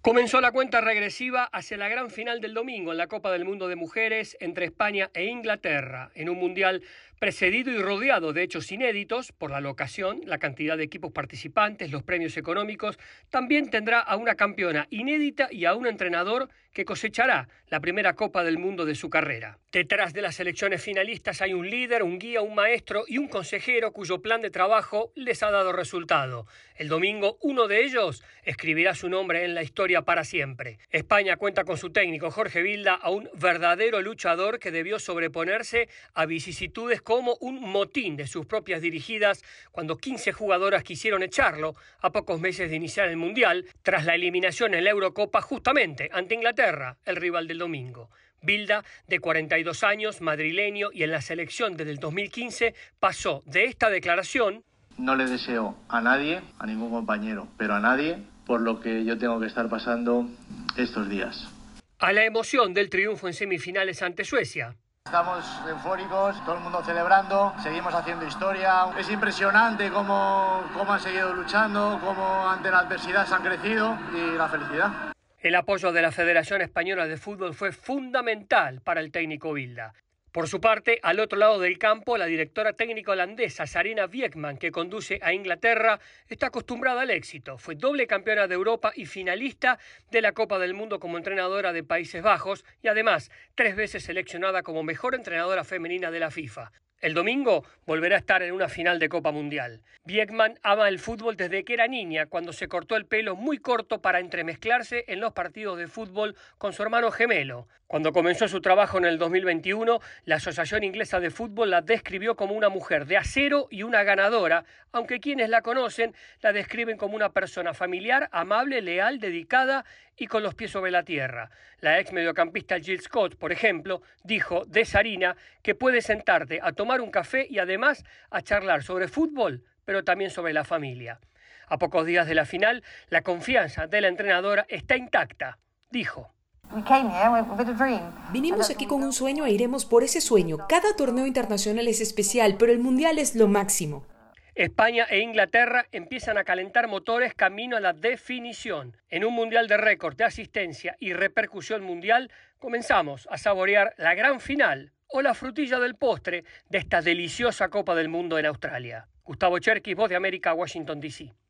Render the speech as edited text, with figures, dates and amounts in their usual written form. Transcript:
Comenzó la cuenta regresiva hacia la gran final del domingo en la Copa del Mundo de Mujeres entre España e Inglaterra, en un mundial precedido y rodeado de hechos inéditos por la locación, la cantidad de equipos participantes, los premios económicos. También tendrá a una campeona inédita y a un entrenador que cosechará la primera Copa del Mundo de su carrera. Detrás de las selecciones finalistas hay un líder, un guía, un maestro y un consejero cuyo plan de trabajo les ha dado resultado. El domingo, uno de ellos escribirá su nombre en la historia para siempre. España cuenta con su técnico Jorge Vilda, a un verdadero luchador que debió sobreponerse a vicisitudes como un motín de sus propias dirigidas cuando 15 jugadoras quisieron echarlo a pocos meses de iniciar el Mundial tras la eliminación en la Eurocopa justamente ante Inglaterra, el rival del domingo. Vilda, de 42 años, madrileño y en la selección desde el 2015, pasó de esta declaración: no le deseo a nadie, a ningún compañero, pero a nadie, por lo que yo tengo que estar pasando estos días, a la emoción del triunfo en semifinales ante Suecia. Estamos eufóricos, todo el mundo celebrando, seguimos haciendo historia. Es impresionante cómo han seguido luchando, cómo ante la adversidad se han crecido y la felicidad. El apoyo de la Federación Española de Fútbol fue fundamental para el técnico Vilda. Por su parte, al otro lado del campo, la directora técnica holandesa Sarina Wiegman, que conduce a Inglaterra, está acostumbrada al éxito. Fue doble campeona de Europa y finalista de la Copa del Mundo como entrenadora de Países Bajos y además 3 veces seleccionada como mejor entrenadora femenina de la FIFA. El domingo volverá a estar en una final de Copa Mundial. Wiegman ama el fútbol desde que era niña, cuando se cortó el pelo muy corto para entremezclarse en los partidos de fútbol con su hermano gemelo. Cuando comenzó su trabajo en el 2021, la Asociación Inglesa de Fútbol la describió como una mujer de acero y una ganadora, aunque quienes la conocen la describen como una persona familiar, amable, leal, dedicada y con los pies sobre la tierra. La ex mediocampista Jill Scott, por ejemplo, dijo de Sarina que puedes sentarte a tomar un café y además a charlar sobre fútbol, pero también sobre la familia. A pocos días de la final, la confianza de la entrenadora está intacta, dijo. Vinimos aquí con un sueño e iremos por ese sueño. Cada torneo internacional es especial, pero el Mundial es lo máximo. España e Inglaterra empiezan a calentar motores camino a la definición. En un Mundial de récord de asistencia y repercusión mundial, comenzamos a saborear la gran final o la frutilla del postre de esta deliciosa Copa del Mundo en Australia. Gustavo Cherkis, Voz de América, Washington, D.C.